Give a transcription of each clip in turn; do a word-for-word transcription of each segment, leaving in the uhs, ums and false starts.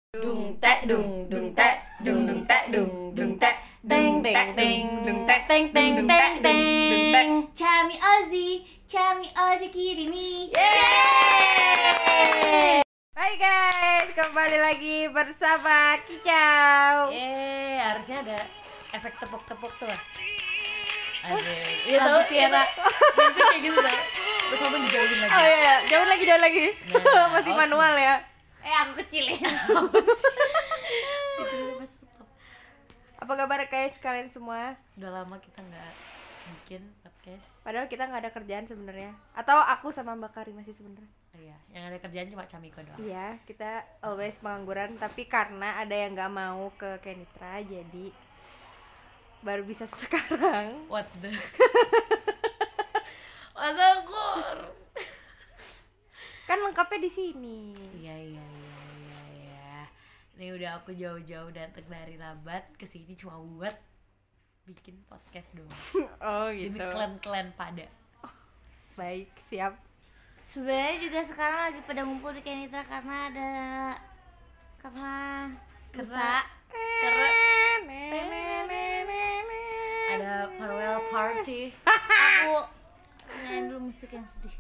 Dung tek dung dung tek dung dung tek dung dung tek teng teng teng dung tek teng teng teng teng Chami Ozzy Chami Ozzy Kirimi. Yeay. Hai guys, kembali lagi bersama Kicau. Yeay, harusnya ada efek tepuk-tepuk tuh. Asik. Iya tahu Tiara. Biasanya kayak gitu tuh. Terus kamu dijauhin lagi. Oh iya, jauh lagi, jauh lagi. Nah, masih oh, manual ya. Eh, aku kecilin. Kecilin mas. Apa kabar guys kalian semua? Udah lama kita nggak bikin podcast. Padahal kita nggak ada kerjaan sebenarnya. Atau aku sama Mbak Kari masih sebenarnya. Oh, iya, yang ada kerjaan cuma Camiko doang. Iya, kita always pengangguran. Tapi karena ada yang nggak mau ke Kenitra, jadi baru bisa sekarang. What the? Masangkur. Kan lengkapnya di sini. Iya iya iya iya iya. Nih udah aku jauh-jauh datang dari Rabat ke sini cuma buat bikin podcast doang. Oh gitu. Demi klan-klan pada. Baik, siap. Sebenarnya juga sekarang lagi pada ngumpul di Kenitra karena ada karena Karena karena ada farewell party. aku nyanyiin dulu musik yang sedih.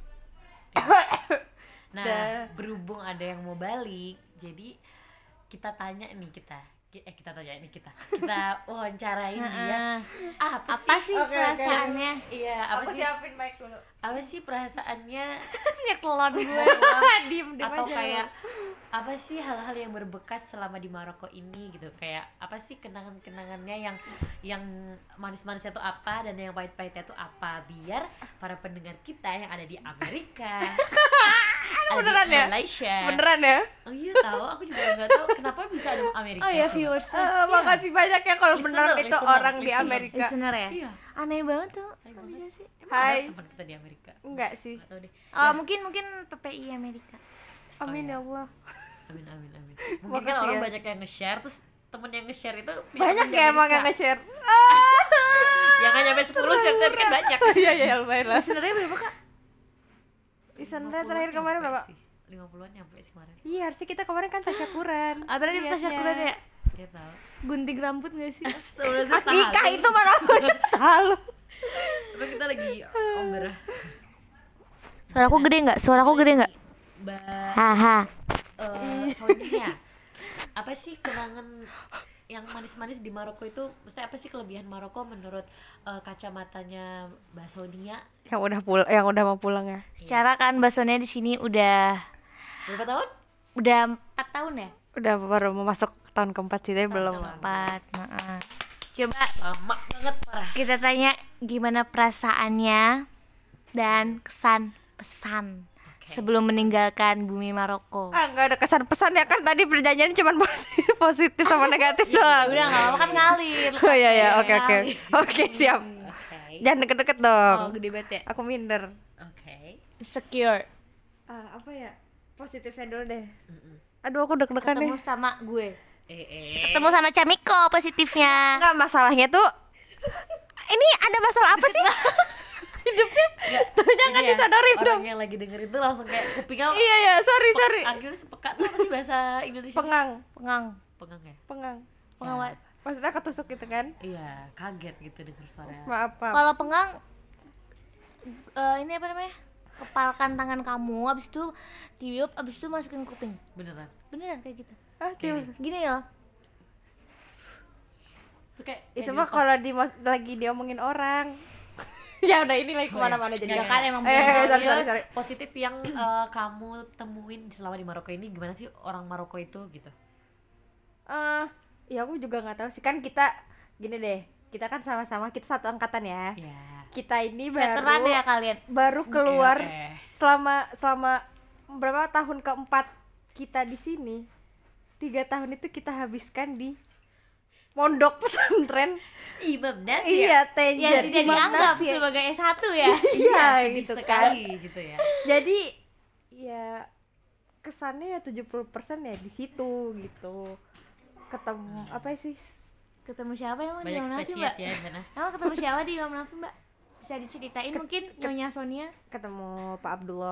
Nah, Dah. berhubung ada yang mau balik, jadi kita tanya nih kita, eh kita tanya ini kita, kita wawancarain dia. Ah, apa, Apa sih Oke, oke. perasaannya? Iya, apa Aku sih? siapin mic dulu. Apa sih perasaannya? Punya kelon gue. Diem, diem Atau aja. kayak apa sih hal-hal yang berbekas selama di Maroko ini gitu, kayak apa sih kenangan-kenangannya yang yang manis-manisnya tuh apa dan yang pahit-pahitnya tuh apa, biar para pendengar kita yang ada di Amerika ada beneran di ya? Malaysia. Beneran ya? Oh iya tahu, aku juga nggak tahu kenapa bisa ada Amerika. Oh ya coba. viewers Eh, makasih banyak ya kalau Listener, beneran itu listener, orang di listener. Amerika. listener ya? Iya. Aneh banget tuh. Hai, Kok bisa sih? Emang Hai. ada teman kita di Amerika? Enggak sih. Nggak tahu deh. Oh, Ya, mungkin mungkin P P I Amerika. Amin iya. ya Allah. amin amin amin. Mungkin kan Makasih orang ya. banyak yang nge-share, terus temen yang nge-share itu punya Banyak temen di ya emang yang Amerika. nge-share. Yang nggak nyampe sepuluh share tapi kan banyak. Iya ya lumayan lah. Sebenarnya berapa kak? Listener terakhir kemarin berapa? lima puluhan nyampe sih kemarin. Iya, harusnya kita kemarin kan tasyakuran. Ah tadi kita Niatnya. tasyakuran ya? Dia tahu. Gunting rambut gak sih? Sebelum Akikah itu mana tahu. Tapi kita lagi ombrah. Suaraku gede nggak? Suaraku gede nggak? Mbak Haha. eh Sonia, apa sih kenangan yang manis-manis di Maroko itu? Maksudnya apa sih kelebihan Maroko menurut eh, kacamatanya Mbak Sonia? Yang udah pul yang udah mau pulang ya. Secara kan baksonya di sini udah Berapa tahun? udah empat tahun ya? Udah baru mau masuk tahun keempat sih, tapi belum. Empat. Heeh. Coba Lama banget parah. kita tanya gimana perasaannya dan kesan pesan Oke. sebelum meninggalkan bumi Maroko. Ah, enggak ada kesan pesan ya kan, tadi perjanjiannya cuma positif, positif sama negatif doang. Udah nggak apa-apa kan ngalir. Oh iya ya, oke oke. Ngalir. Oke, siap. Oke. Jangan deket-deket dong. Oh gede banget ya. Aku minder. Oke. Secure. Ah, apa ya? Positifnya dulu deh. Mm-mm. Aduh, aku deg-degan Ketemu deh. sama gue. Eh eh. Ketemu sama Camiko positifnya. Enggak, masalahnya tuh ini ada masalah apa sih? Hidupnya. Tuh jangan Jadi ya, disadarin orang dong. yang lagi denger itu langsung kayak kupingnya Iya ya, sorry sorry. akhirnya sepekat tuh apa sih bahasa Indonesia? Pengang, Pengang. Pengang ya? pengang. Pengawat. Maksudnya ketusuk gitu kan? Iya, kaget gitu denger suara. Maaf, Pak. Kalau pengang eh, ini apa namanya? Kepalkan tangan kamu, abis itu tiup, abis itu masukin kuping. Beneran. Beneran kayak gitu. Ah, tiba. Gini ya. Itu kayak, Itu kayak mah dilepas. kalau di lagi diomongin orang. Ya udah, ini lagi kemana-mana jadi. Ya kan emang Eh, bener. sorry, Iya, sorry, sorry. positif yang eh, kamu temuin selama di Maroko ini, gimana sih orang Maroko itu gitu? Eh, ya aku juga nggak tahu sih, kan kita gini deh. Kita kan sama-sama, kita satu angkatan ya. Iya. Kita ini Veteran baru ya kalian. baru keluar Eh, eh. selama selama berapa tahun keempat kita di sini. Tiga tahun itu kita habiskan di pondok pesantren. Imam Nas ya? Iya, Tenjer. Ya tidak Imam dianggap Nafis. sebagai S satu ya. Iya, sedih gitu kan. sekali gitu ya. Jadi ya kesannya ya tujuh puluh persen ya di situ gitu. Ketemu apa sih? Ketemu siapa emang di Banyak Imam Nafi, spesies Mbak? ya di sana. Emang ketemu siapa di Imam Nafi, Mbak? Bisa diceritain mungkin Nyonya Sonia? Ketemu Pak Abdullah.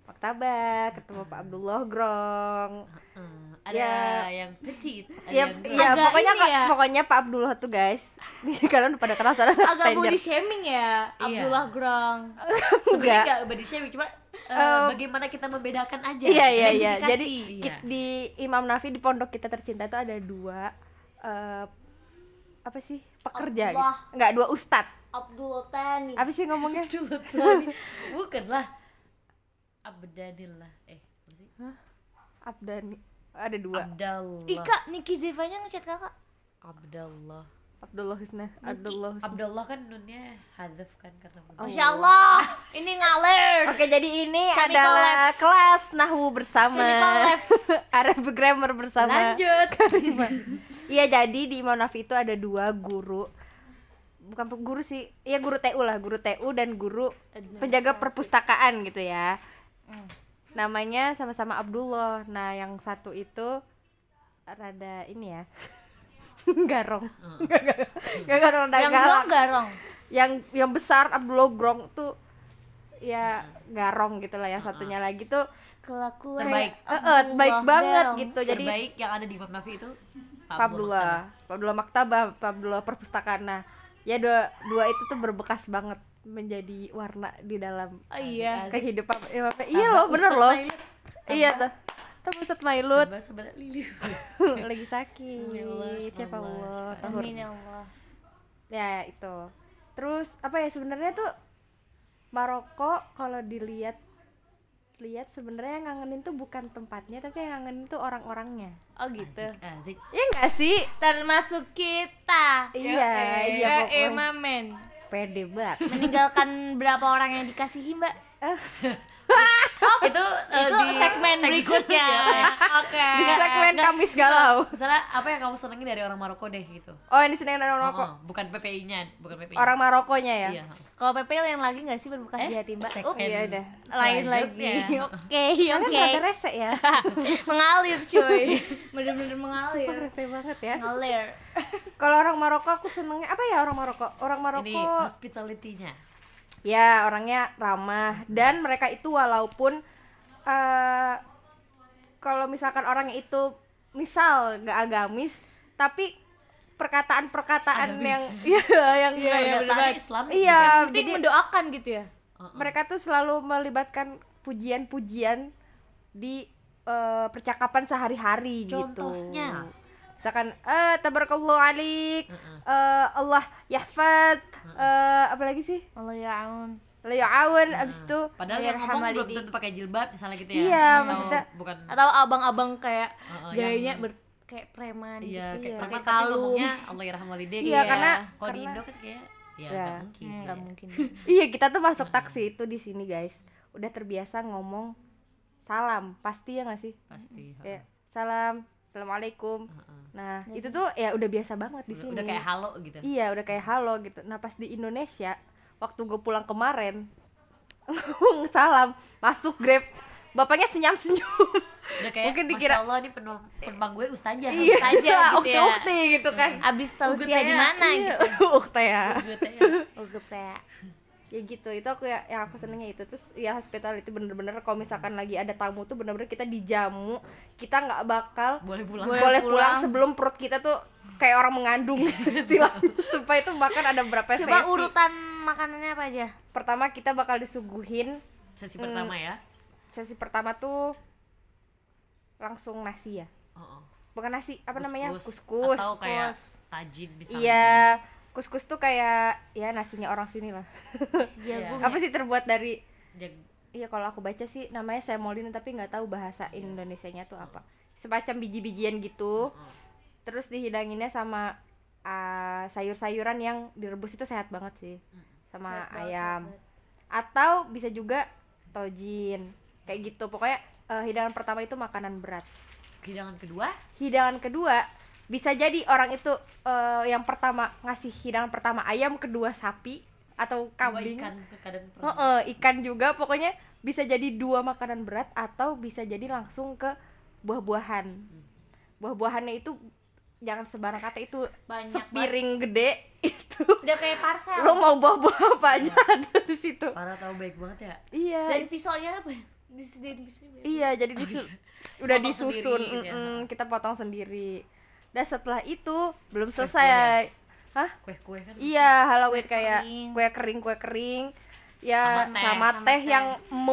Maktabah, ketemu Pak Abdullah Grong. Hmm, ada Ya. yang petit, ada Ya, yang ya Agak pokoknya ini ya. pokoknya Pak Abdullah tuh guys. Nih kalian udah pada kenal sana Agak body shaming ya, Iya. Abdullah Grong. sebenarnya enggak. nggak body shaming, cuma eh, Eh, bagaimana kita membedakan aja. Iya iya iya. Spesifikasi. Jadi Iya. ki- di Imam Nafi di pondok kita tercinta itu ada dua eh, apa sih pekerja gitu. Allah. Enggak, dua ustad. Abdullah Tani. Apa sih ngomongnya? Dulu tadi. Bukan lah. Abdanil lah. Eh, apa sih? Abdani. Ada dua. Abdallah. Ika, Niki Zevanya ngechat kakak. Abdallah. Abdullah Husna. Abdullah Husna. Abdullah kan nunnya hadaf kan karena Oh. Masya Allah, ini ngalir. Oke, jadi ini Chemical adalah lab. kelas nahwu bersama Chemical lab. Arabic grammar bersama Lanjut. Karima. Iya, jadi di Imam Nafi itu ada dua guru. Bukan pe- guru sih, iya guru T U lah, guru T U dan guru penjaga perpustakaan gitu ya. Hmm. Namanya sama-sama Abdullah. Nah, yang satu itu rada ini ya. garong. Gak garong, rada Yang galak. Grong garong. Yang yang besar Abdullah Grong tuh ya garong gitu lah. Yang satunya lagi tuh Kelakuan Terbaik. eh, eh, baik Abdullah banget garong. gitu. Jadi Terbaik yang ada di Imam Nafi itu Pak Abdullah, Pak Abdullah Maktabah, Pak Abdullah Perpustakaan. Nah, ya dua dua itu tuh berbekas banget menjadi warna di dalam Oh iya. kehidupan. Ya, apa- iya loh, bener loh. Iya tuh. Tuh Ustadz Mailut Tambah sebenarnya Lili. lagi sakit. Ya Allah, Siapa Allah, Allah, syukur. tahur. Amin ya Allah. Ya itu. Terus apa ya sebenarnya tuh Maroko kalau dilihat lihat sebenarnya yang ngangenin tuh bukan tempatnya tapi yang ngangenin tuh orang-orangnya. Oh gitu. Asik, asik. Iya nggak sih? Termasuk kita. Iya, iya Ya pokoknya. emamen. Pede banget. Meninggalkan berapa orang yang dikasihi, Mbak? Itu eh, Itu di segmen berikutnya. Oke. Di segmen Kamis Galau. Misalnya apa yang kamu senengi dari orang Maroko deh gitu. Oh, ini seneng orang Maroko. Oh, oh, bukan P P I-nya, bukan P P I. Orang Marokonya ya. Iya. Kalau P P L yang lagi nggak sih berbekas Eh, di hati, Mbak? segmen Ups. iya dah. Lain lagi. selanjutnya. Oke, Kalian oke. rada rese ya. Mengalir, cuy. Bener-bener Sumpah mengalir. rese banget ya. Ngalir. Kalau orang Maroko aku senengnya apa ya orang Maroko? Orang Maroko Ini hospitality-nya. ya orangnya ramah dan mereka itu walaupun eh kalau misalkan orangnya itu misal nggak agamis tapi perkataan-perkataan Agamis. yang iya yang Iya, iya, bener Tadi banget. Islam iya Jadi jadi mendoakan gitu ya. mereka tuh selalu melibatkan pujian-pujian di eh, percakapan sehari-hari gitu. Contohnya? Misalkan eh tabarakallahu alik, Heeh. eh, Allah yahfaz, eh apa lagi sih? Allah ya'un. La ya'awan abis itu Padahal Biar yang ngomong belum Hamalidi. tentu pakai jilbab misalnya gitu ya. Iya, Atau maksudnya- bukan Atau abang-abang kayak Heeh, gayanya yang- ber- kayak preman iya, gitu. kayak iya. preman Pakai tapi kalung. ngomongnya Allah yarhamwalidin. Iya, karena- kalau di karena- Indo kan kayak ya Ya. nggak mungkin. Hmm, nggak ya. mungkin. iya kita tuh masuk taksi itu di sini guys. Udah terbiasa ngomong salam, pasti ya nggak sih? Pasti. heeh. Kayak salam, assalamualaikum. Heeh. Nah, itu tuh ya udah biasa banget di Udah, sini. udah kayak halo gitu. Iya, udah kayak halo gitu. Nah, pas di Indonesia, waktu gue pulang kemarin, ngomong salam, masuk Grab, bapaknya senyum-senyum. Udah kayak Mungkin Masya dikira- Allah nih penumpang, penumpang gue ustazah. Iya, aja gitu ya. ukti-ukti gitu kan. Abis tausiah Ugut di ya. mana Iya, gitu. ukti ya. Gue tanya, Ugut ya. Ya gitu, itu aku ya, yang aku senengnya itu. Terus ya hospitality bener-bener kalau misalkan lagi ada tamu tuh bener-bener kita dijamu, kita nggak bakal boleh pulang. Boleh boleh pulang. pulang. sebelum perut kita tuh kayak orang mengandung istilah. Supaya itu makan ada berapa Coba sesi. urutan makanannya apa aja? Pertama kita bakal disuguhin Sesi pertama ya. sesi pertama tuh langsung nasi ya. Oh, oh. Bukan nasi, apa namanya? Kuskus. Kuskus. Atau kayak Kus. tajin misalnya. Iya, kuskus tuh kayak ya nasinya orang sini lah. Jagung. Apa sih terbuat dari Jag- iya kalau aku baca sih namanya semolina tapi nggak tahu bahasa Indonesianya tuh apa. Semacam biji-bijian gitu. oh. Terus dihidanginnya sama uh, sayur-sayuran yang direbus itu sehat banget sih. Sama Sehat banget, ayam. sehat banget. Atau bisa juga tojin. Kayak gitu. Pokoknya uh, hidangan pertama itu makanan berat. Hidangan kedua Hidangan kedua bisa jadi orang itu uh, yang pertama ngasih hidangan pertama ayam, kedua sapi atau dua kambing. ikan kadang Oh, eh, ikan juga pokoknya bisa jadi dua makanan berat atau bisa jadi langsung ke buah-buahan. Buah-buahannya itu jangan sembarang kata itu Banyak sepiring gede itu. Udah kayak parcel. Lo mau buah-buah apa aja ada di situ. Parah tahu baik banget ya. Iya. Dan pisaunya apa ya? disediain bisnis. Iya, jadi disu udah Potong disusun, sendiri gitu ya. mm-mm, kita potong sendiri. Dan setelah itu belum Kue-kue selesai. Hah? Kue-kue kan. Iya, Halloween Kue kayak kering. kue kering, kue kering. Ya, Sama teh. sama Sama teh teh. yang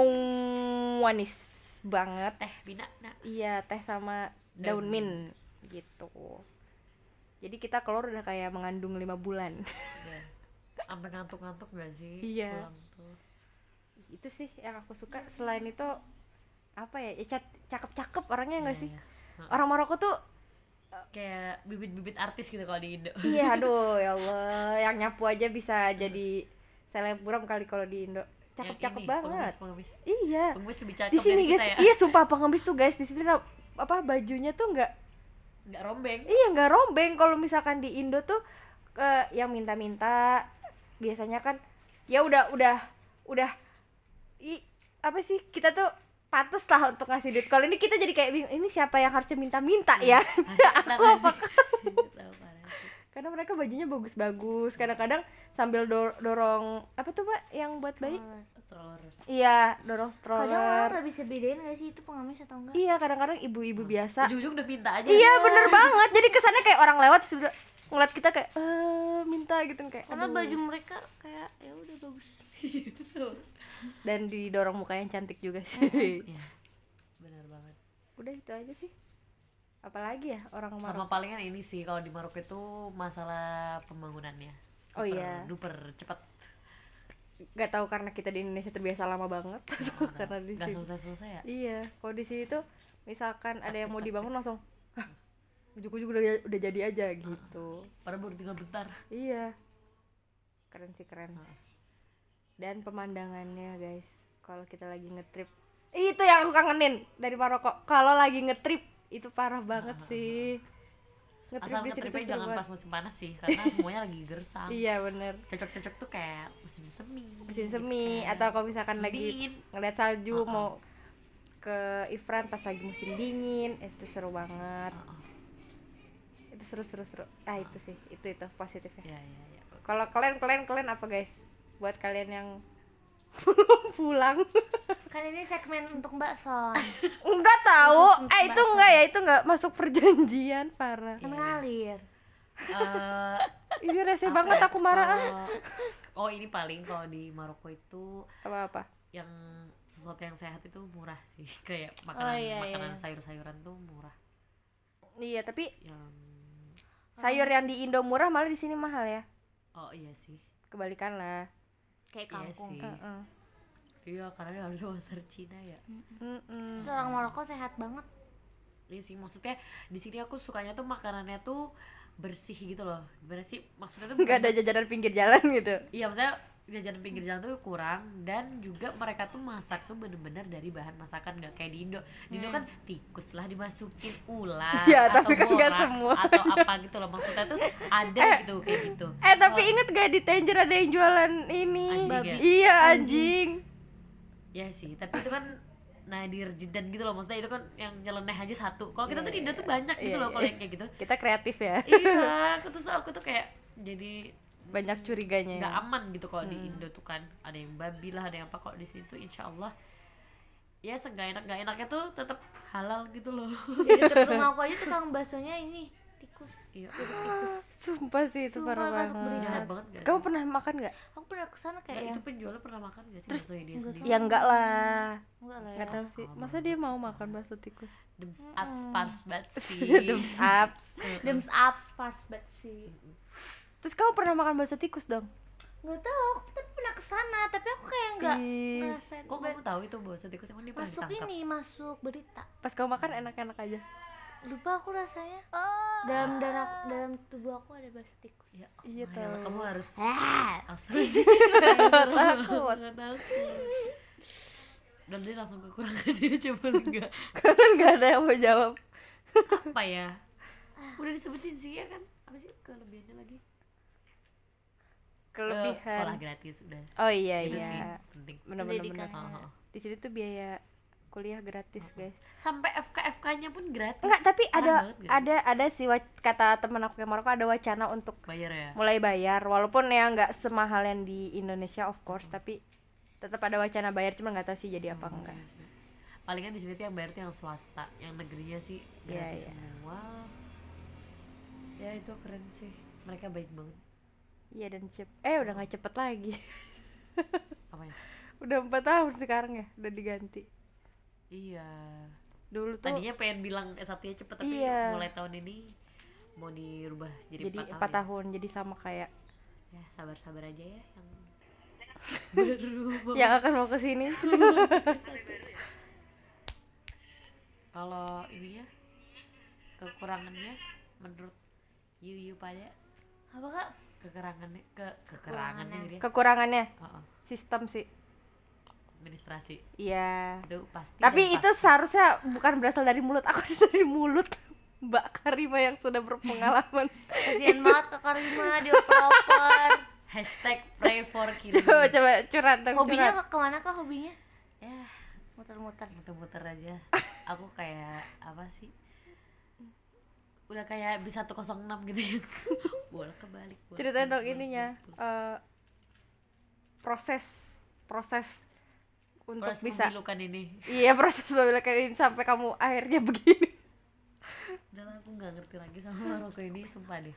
manis banget. Teh bina. Nah. Iya, teh sama Daun daun mint gitu. Jadi kita keluar udah kayak mengandung lima bulan. Ya. Sampai ngantuk-ngantuk gak sih? Iya. Pulang tuh. Itu sih yang aku suka. Selain itu apa ya? Ya cat- cakep-cakep orangnya enggak Iya, sih? iya. Heeh. Orang Maroko tuh Kayak bibit-bibit artis gitu kalau di Indo. iya, aduh ya Allah, yang nyapu aja bisa jadi selebgram kali kalau di Indo. Yang Cakep-cakep ini, banget. pengemis, pengemis. Iya. Pengemis lebih cakep Di sini dari guys, kita ya. iya sumpah pengemis tuh guys, di sini ra- apa bajunya tuh enggak Nggak rombeng. iya enggak rombeng. Kalau misalkan di Indo tuh eh, yang minta-minta biasanya kan ya udah udah udah i, apa sih kita tuh pantes lah untuk ngasih duit. Kalau ini kita jadi kayak bingung, ini siapa yang harusnya minta-minta ya? Aku apa? Karena mereka bajunya bagus-bagus. Kadang-kadang sambil dor- dorong apa tuh Mbak yang buat bayi? Stroller. Iya, dorong Kadang orang stroller. nggak bisa bedain nggak sih itu pengemis atau enggak. Iya, kadang-kadang ibu-ibu biasa. Ujung-ujung udah minta aja. Iya, bener banget. Jadi kesannya kayak orang lewat terus udah ngeliat kita kayak eh minta gitu kayak. Karena aduh. baju mereka kayak ya udah bagus. Dan didorong muka yang cantik juga sih. Iya. Benar banget. Udah itu aja sih. Apalagi ya orang Sama Maroko. palingan ini sih kalau di Maroko itu masalah pembangunannya. Oh Super iya. duper cepat. Gak tahu karena kita di Indonesia terbiasa lama banget atau karena di Gak sini. selesai-selesai ya. Iya, kalau di sini tuh misalkan ada yang mau dibangun langsung hah, ujuk-ujuk udah udah jadi aja gitu. Padahal baru tinggal bentar. Iya. Keren sih keren. Heeh. Dan pemandangannya guys, kalau kita lagi ngetrip, itu yang aku kangenin dari Maroko. Kalau lagi ngetrip itu parah banget sih. Ngetrip Asal di sini tuh ngetripnya seru jangan banget. pas musim panas sih, karena semuanya lagi gersang. Iya bener. Cocok-cocok tuh kayak musim semi. Musim semi gitu kan. atau kalau misalkan Musim lagi dingin. ngeliat salju Uh-uh. mau ke Ifran pas lagi musim dingin, itu seru banget. Heeh. Itu seru seru seru. Ah itu sih, itu itu positifnya. Ya ya ya. Kalau kalian kalian kalian apa guys? Buat kalian yang belum pulang. Kan ini segmen untuk Mbak Son. Enggak tahu. Khusus untuk Eh itu bakso. enggak ya, itu enggak masuk perjanjian, parah. Kan ngalir. Eh, Ini rese apa banget ya, aku marah. ah. kalau- Oh ini paling kalau di Maroko itu Apa-apa? yang sesuatu yang sehat itu murah sih. Kayak makanan Oh, iya, makanan iya. sayur-sayuran tuh murah. Iya, tapi Yang sayur yang di Indo murah malah di sini mahal ya. oh iya sih. Kebalikan lah. Kayak Iya kangkung. sih. Heeh. Iya karena dia harus pasar Cina ya. Mm-mm. Terus orang Maroko sehat banget. Iya sih maksudnya di sini aku sukanya tuh makanannya tuh bersih gitu loh. Gimana sih maksudnya tuh Enggak ada bukan- jajanan pinggir jalan gitu. Iya maksudnya jajanan pinggir jalan tuh kurang dan juga mereka tuh masak tuh bener-bener dari bahan masakan nggak kayak di Indo. Di Indo kan tikus lah dimasukin ular Iya, atau tapi kan nggak boraks semua. atau apa gitu loh maksudnya tuh ada gitu kayak gitu. Eh tapi inget gak di Tanger ada yang jualan ini? Anjing ya? Iya anjing. Ya sih tapi itu kan nadir jidan gitu loh maksudnya itu kan yang nyeleneh aja satu. Kalau kita tuh di Indo tuh banyak gitu Iya, loh iya. kalau yang kayak gitu. Kita kreatif ya. Iya, aku tuh aku tuh kayak jadi Banyak curiganya. nggak Ya. aman gitu kalau di Indo tuh kan ada yang babi lah ada yang apa kok di situ insya Allah ya seenggak enak nggak enaknya tuh tetap halal gitu loh. Di dekat rumah aku aja tukang baksonya ini tikus. Iya. Duduk tikus. Sumpah sih itu Sumpah, parah masuk banget. berita. Jahat banget gak? Kamu pernah makan nggak? Aku pernah kesana Nggak, kayak ya. itu penjualnya pernah makan gak sih? Terus, Baksonya dia enggak sendiri. Ya enggak lah. Enggak lah ya. Nggak tahu sih. Oh, Masa dia mau makan bakso tikus? Dems ups pars banget sih. Dems ups. Dems up spars banget sih. Terus kamu pernah makan bakso tikus dong? Enggak tahu, aku tapi pernah kesana, tapi aku kayak enggak Ih. ngerasain. Kok kamu tahu itu bakso tikus emang dia pernah Masuk ditangkap? ini, masuk berita. Pas kamu makan enak-enak aja. Lupa aku rasanya. Dalam darah dalam tubuh aku ada bakso tikus. Ya, Iya, Allah, ya Allah, tahu. kamu harus Ah. Takut. Nggak takut. Dan dia langsung kekurangan dia coba enggak Karena nggak ada yang mau jawab. apa ya? Udah disebutin sih ya kan? Apa sih kelebihannya lagi? Eh, sekolah Kelebihan. gratis udah. Oh iya Itu sih iya. penting. Bener-bener. Pendidikan. bener. Oh, oh. Di sini tuh biaya kuliah gratis guys. Sampai F K F K-nya pun gratis. Enggak, tapi Parah ada banget nggak sih? ada ada sih wac- kata temen aku yang Maroko ada wacana untuk Bayar ya. mulai bayar walaupun ya nggak semahal yang di Indonesia of course, tapi tetap ada wacana bayar, cuma nggak tahu sih jadi apa enggak. palingan di sini tuh yang bayar tuh yang swasta, yang negerinya sih gratis Iya, iya. semua. Ya itu keren sih, mereka baik banget. Iya dan cep eh udah nggak cepet lagi. Apanya? Udah empat tahun sekarang ya, udah diganti. Iya. Dulu tuh Tadinya pengen bilang S satu nya cepet, tapi Iya. mulai tahun ini mau dirubah jadi, jadi empat empat tahun, tahun, jadi sama kayak ya. Ya sabar-sabar aja ya yang baru mau. yang akan mau kesini. Kalau ininya kekurangannya menurut Yuyu pada Apa kak? kekurangannya ke kekurangannya gitu ya. Kekurangannya Oh, oh, sistem sih. administrasi Iya. itu pasti. Tapi dan itu pasti. seharusnya bukan berasal dari mulut aku, dari mulut Mbak Karima yang sudah berpengalaman. Kasian banget kak Karima, dia pelopor. Hashtag pray for Kini. Coba coba curhat dong, Hobinya curhat. ke- kemana kak hobinya? Ya Muter-muter. muter-muter aja. Aku kayak apa sih, udah kayak bis satu nol enam gitu ya. Bolak kebalik bolak Ceritain dong balik, ininya, bolak balik. eh, proses proses untuk Proses bisa. memilukan ini. Iya, proses membedakan ini sampai kamu akhirnya begini. Udah lah, aku nggak ngerti lagi sama Maroko ini, sumpah deh.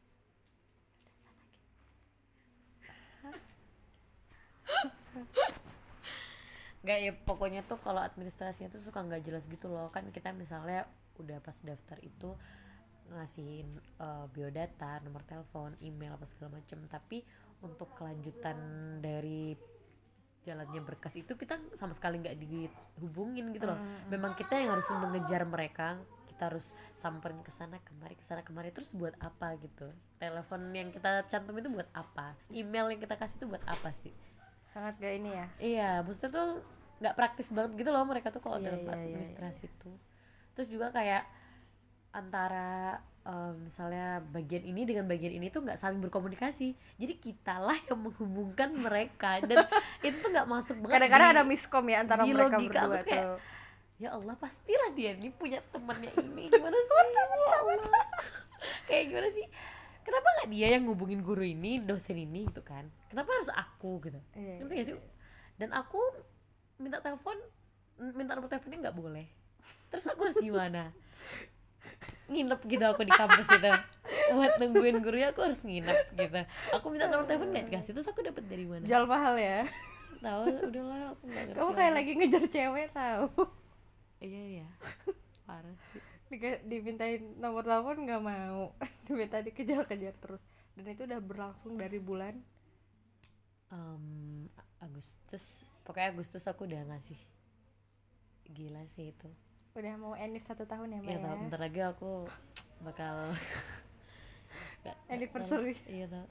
Gak ya, pokoknya tuh kalau administrasinya tuh suka nggak jelas gitu loh. Kan kita misalnya udah pas daftar itu ngasihin uh, biodata, nomor telepon, email apa segala macem, tapi untuk kelanjutan dari jalannya berkas itu kita sama sekali nggak dihubungin gitu loh. Memang kita yang harus mengejar mereka, kita harus samperin ke sana kemari ke sana kemari. Terus buat apa gitu? Telepon yang kita cantum itu buat apa? Email yang kita kasih itu buat apa sih? Sangat gak ini ya. Iya, maksudnya tuh nggak praktis banget gitu loh mereka tuh kalau Iya, dalam iya, iya, administrasi tuh. Terus juga kayak antara um, misalnya bagian ini dengan bagian ini tuh nggak saling berkomunikasi. Jadi kitalah yang menghubungkan mereka, dan itu tuh nggak masuk banget. Kadang-kadang di- ada miskom ya antara di mereka logika aku berdua tuh kayak, tuh. ya Allah pastilah dia ini punya temannya ini, gimana sih ya Allah. Kayak gimana sih, kenapa nggak dia yang ngubungin guru ini, dosen ini gitu kan, kenapa harus aku gitu. Iya, Ngerti gak sih? Dan aku minta telepon, minta nomor teleponnya nggak boleh. Terus aku harus gimana? Nginep gitu aku di kampus itu buat nungguin gurunya, aku harus nginep gitu. Aku minta nomor telepon nggak dikasih, terus aku dapat dari mana? Jual mahal ya. Tahu, udahlah aku nggak ngerti. Kamu kayak lagi ngejar cewek tahu. Iya iya, parah sih. Dika- dimintain nomor telepon nggak mau. Diminta dikejar-kejar terus. Dan itu udah berlangsung dari bulan Um, Agustus, pokoknya Agustus aku udah ngasih. Gila sih itu. udah mau enif satu tahun ya Mbak Iya ya. tau, bentar lagi aku bakal Gak- gak Anniversary. tahu. Iya tau.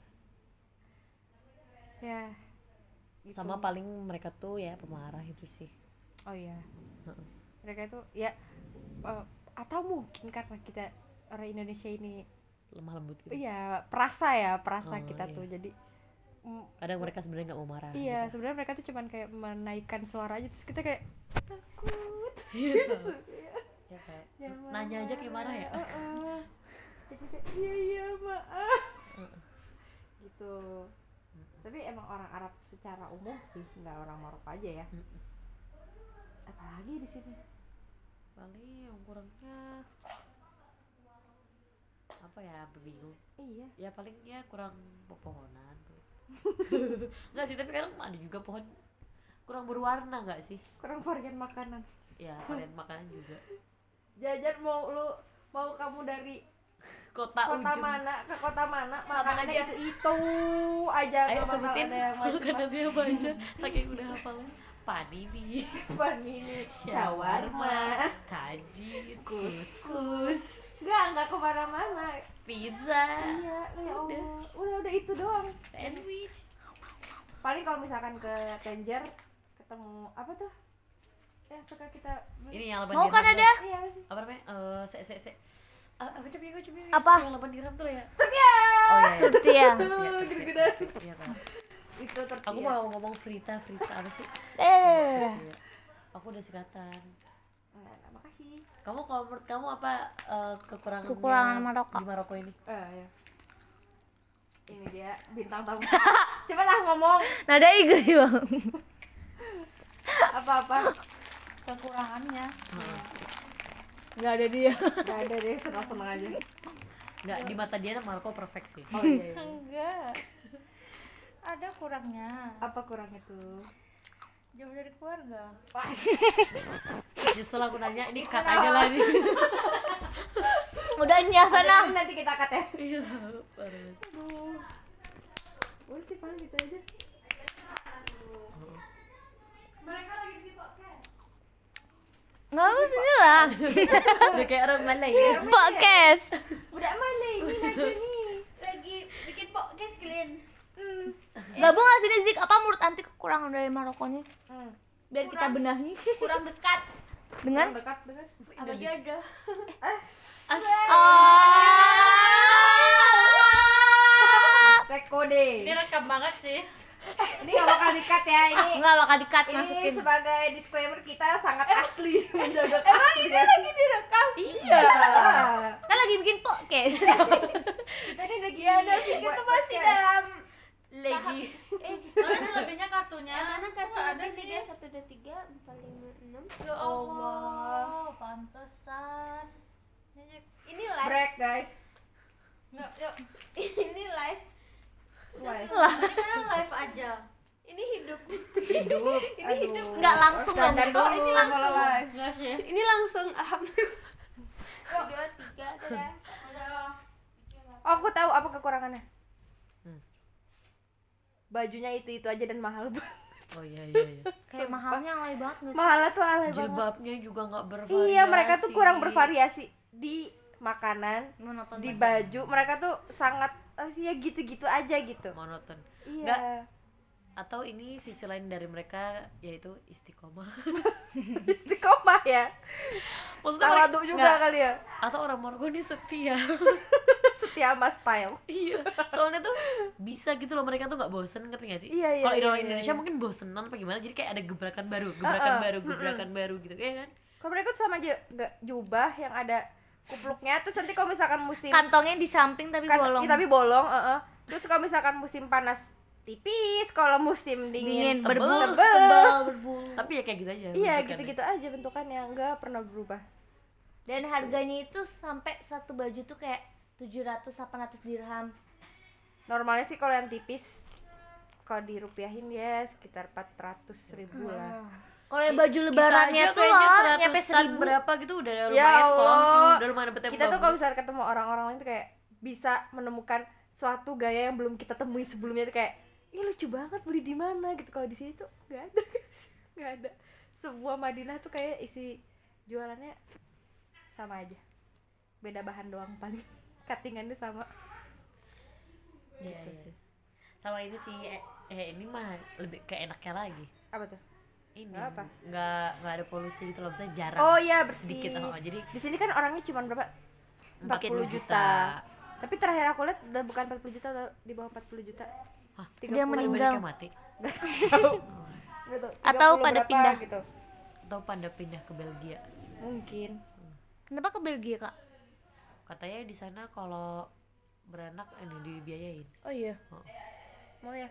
Ya. gitu. Sama paling mereka tuh ya pemarah itu sih. Oh iya. Heeh. Mereka itu ya eh, atau mungkin karena kita orang Indonesia ini Lemah lembut gitu. iya perasa ya perasa Oh, kita iya. tuh jadi mm, Kadang mereka sebenarnya nggak mau marah. iya gitu. sebenarnya mereka tuh cuman kayak menaikkan suara aja terus kita kayak takut Iya tau. Ya kayak Jangan nanya aja kayak marah ya. Heeh. Jadi kayak iya iya maaf gitu. Tapi emang orang Arab secara umum sih, nggak orang Maroko aja ya. Mm-mm. Apalagi di sini. Paling yang kurangnya apa ya, bingung. Iya. Ya paling ya kurang pepohonan tuh. Nggak sih, tapi kadang ada juga pohon kurang berwarna nggak sih? Kurang varian makanan. Ya varian makanan juga. Jajan mau lu mau kamu dari Kota, kota ujung. mana ke kota mana Sama makanannya aja. itu itu aja Ayo nggak bakal sebutin ada yang macam makanannya apa aja. Saking udah hafalnya. Panini, apa nih shawarma tajin, kuskus nggak nggak kemana-mana pizza, iya ya Udah. Allah udah udah itu doang. sandwich. Paling kalau misalkan ke Tenjer ketemu apa tuh yang suka kita Ini yang leban Mau dirham kan tuh. ada? iya apa sih Apa namanya? Eh, se se se. Ah, apa coba coba coba. Apa? Yang leban dirham tuh ya? Turkiya Oh iya. iya. Turki ya. Iya, gede-gede Iya, tahu. itu Turkiya. Aku mau ngomong Frita, Frita apa sih? Eh. Iya. Aku udah sikatan. Eh, makasih Kamu kalau menurut kamu apa eh, kekurangannya Kekurangan Maroko. di Maroko ini? eh ya ini dia bintang tamu coba lah ngomong Nada igri bang. apa-apa kekurangannya. Nggak ada dia. Nggak ada deh, senang-senang aja. Nggak, di mata dia Marco perfect sih. Oh iya, iya. Enggak. Ada kurangnya. Apa kurangnya tuh? Jauh dari keluarga. Justru aku nanya ini cut aja lah nih. Udah nyah sana. Nanti kita cut ya. Iya, parah. Aduh. Oh sih paling gitu aja. Mereka lagi di podcast. Nggak apa sini lah. Udah kayak orang Malay ya. Podcast. Udah Malay ini lagi nih. Lagi bikin podcast kalian. Hmm. Gabung gak sini Zik, apa menurut anti kekurangan dari Marokonya? Hmm. Biar kita benahi Kurang dekat. dengan Kurang dekat dengan. Apa jodoh? Hashtag kode. Ini rekam banget sih. Ini nggak bakal di-cut ya ini. nggak bakal di-cut, Ini masukin. sebagai disclaimer kita sangat asli menjaga Emang ini lagi direkam? Iya. Kita lagi bikin podcast. Kita ini lagi Ya, ada pikir tuh masih dalam Lagi. eh Mana lebihnya kartunya? mana kartu Nggak ada sih. sih dia satu dua tiga empat lima enam. Ya Allah, pantesan. Ini live. break guys. Nggak, yuk. Ini live. Live. Sekarang live aja. Ini hidup. Hidup. Ini hidup. Nggak langsung dong. Dan Oh, ini langsung. live. Nggak sih. Ini langsung alhamdulillah. Dua tiga dadah. Oh, aku tahu apa kekurangannya. Hmm. Bajunya itu itu aja dan mahal banget. Oh iya iya iya. Kayak mahalnya alay banget nggak sih? Mahalnya tuh alay banget. Jilbabnya juga nggak bervariasi. Iya, mereka tuh kurang bervariasi di makanan, Monoton di banget. baju. Mereka tuh sangat apa sih ya gitu-gitu aja gitu. Monoton. Iya. Nggak. Atau ini sisi lain dari mereka yaitu istiqomah. Istiqomah ya. Maksudnya Tawadu mereka- juga nggak. kali ya. Atau orang Maroko ini setia. Setia sama style. Iya. Soalnya tuh bisa gitu loh, mereka tuh nggak bosen, ngerti gak sih? Iya, iya, Kalau iya, orang iya, Indonesia iya. mungkin bosenan apa gimana, jadi kayak ada gebrakan baru, gebrakan Uh-uh. baru, gebrakan baru gitu, ya kan? Kalau mereka tuh sama aja nggak jubah yang ada kupluknya. Terus nanti kalau misalkan musim Kantongnya di samping tapi kan- bolong. iya, tapi bolong, heeh. Terus kalau misalkan musim panas tipis, kalau musim dingin, Dingin, tebel, berbulu, tebel. tebal, berbulu. Tapi ya kayak gitu aja. Iya, bentukannya. gitu-gitu aja bentukannya, nggak pernah berubah. Dan harganya itu sampai satu baju tuh kayak tujuh ratus delapan ratus dirham. Normalnya sih kalau yang tipis kalau dirupiahin ya sekitar empat ratus ribu lah. Kalau yang baju Kita lebarannya aja tuh kayaknya lah, seratusan nyampe seribu. berapa gitu udah Ya lumayan kok. Allah. Hmm, Udah lumayan dapet yang Kita tuh kalau bagus. misalnya ketemu orang-orang lain tuh kayak bisa menemukan suatu gaya yang belum kita temui sebelumnya tuh kayak, ih lucu banget, beli di mana gitu. Kalau di sini tuh nggak ada, nggak ada. Semua Madinah tuh kayak isi jualannya sama aja, beda bahan doang paling, cuttingannya sama. Iya, Gitu iya. sih. Sama ini sih, eh, eh ini mah lebih ke enaknya lagi. Apa tuh? Ini Nggak apa? nggak nggak ada polusi gitu loh, maksudnya jarang. Oh iya, bersih. Sedikit, oh, jadi Di sini kan orangnya cuma berapa? empat puluh juta. Tapi terakhir aku lihat udah bukan empat puluh juta, udah di bawah empat puluh juta. Hah, tiga Dia puluh. meninggal. Banyak yang mati. Nggak tahu. Nggak tahu. Atau tiga puluh pada berapa pindah. gitu. Atau pada pindah ke Belgia. Mungkin. Kenapa ke Belgia, Kak? Katanya di sana kalau beranak ini dibiayain. Oh iya. Mau ya?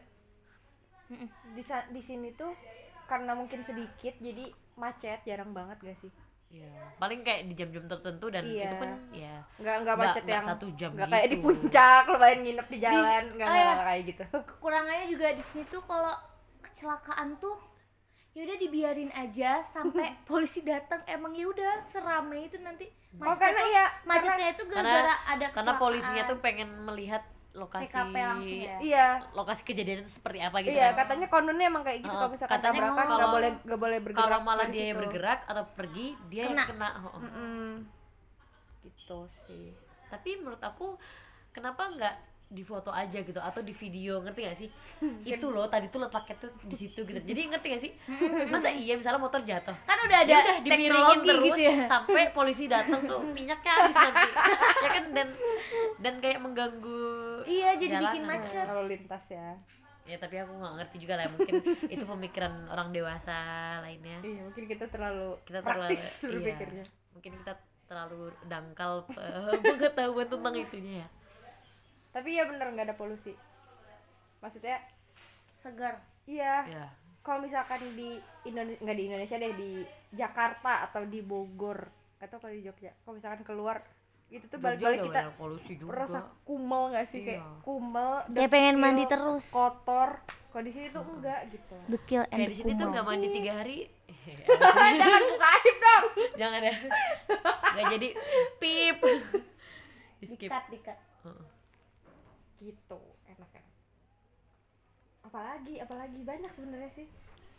Di sa- di sini tuh karena mungkin sedikit jadi macet, jarang banget gak sih? Iya. Paling kayak di jam-jam tertentu dan Iya. itu pun ya Nggak nggak Nggak- macet nggak yang satu jam nggak kayak di gitu. puncak lumayan nginep di jalan, nggak oh nggak ya. nggak kayak gitu. Kekurangannya juga di sini tuh kalau kecelakaan tuh ya udah dibiarin aja sampai polisi datang. Emang ya udah seramai itu nanti. Oh karena iya, Macetnya itu karena gara-gara ada karena kecelakaan. polisinya tuh pengen melihat lokasi T K P langsung ya. iya. lokasi kejadian itu seperti apa gitu Iya, kan. katanya kononnya emang kayak gitu. Heeh, Kalau misalkan katanya tabrakan nggak kalau- boleh nggak boleh bergerak. Kalau malah dari dia yang situ. bergerak atau pergi, dia Kena. yang kena. Oh, oh. Mm-mm. Gitu sih. Tapi menurut aku kenapa nggak di foto aja gitu atau di video, ngerti gak sih? Itu loh tadi tuh letaknya tuh di situ gitu. Jadi ngerti gak sih? Masa iya misalnya motor jatuh, Kan udah ada ya udah dimiringin teknologi terus gitu ya. sampai polisi datang tuh minyaknya habis nanti. Ya kan, dan dan kayak mengganggu Iya, jadi jalanan. bikin macet. Lalu lintas ya. Ya tapi aku nggak ngerti juga lah, mungkin itu pemikiran orang dewasa lainnya. Iya, mungkin kita terlalu Kita terlalu praktis iya, berpikirnya. mungkin kita terlalu dangkal eh, pengetahuan tentang itunya ya. Tapi ya bener nggak ada polusi. Maksudnya Segar. iya. Ya. kalau misalkan di Indonesia, nggak di Indonesia deh, di Jakarta atau di Bogor atau kalau di Jogja, kalau misalkan keluar itu tuh balik-balik kita polusi juga. rasa kumel nggak sih, kayak Iya. kumel, Kayak pengen dekil, mandi terus. kotor. Kalau di sini tuh enggak gitu. Dekil and Kayak di sini tuh kumel. nggak mandi tiga hari. Jangan buka aib dong. Jangan ya. Nggak jadi pip. Di skip. Dikat, dikat. Heeh. Gitu, enak kan. Apalagi, apalagi banyak sebenarnya sih.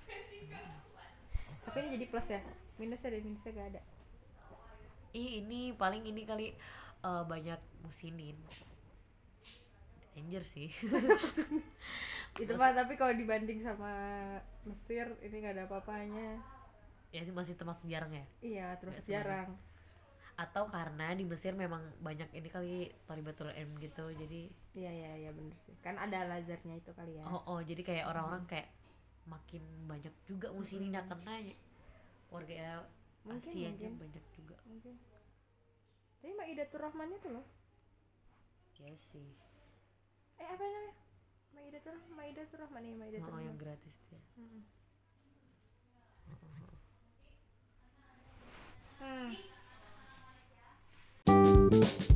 Tapi ini jadi plus ya. Minusnya deh, minusnya gak ada. Ih, ini paling ini kali eh, banyak musinin. Danger sih. Itu mah tapi kalau dibanding sama Mesir ini nggak ada apa-apanya. Ya sih masih termasuk jarang ya. Iya, terus Nggak jarang. Atau karena di Mesir memang banyak ini kali Thalibatul Ilm gitu. Jadi Iya, iya, iya bener sih. Kan ada lazarnya itu kali ya. oh, oh jadi kayak orang-orang kayak makin banyak juga musininnya karena warga Mungkin, Asianya mungkin. banyak juga. Mungkin. Tapi Maidatur Rahman itu loh. Ya sih. Eh apa namanya? Maidatur Maidatur Rahman nih, Maidatur Oh, Rahman. yang gratis dia. Mm-mm. Hmm.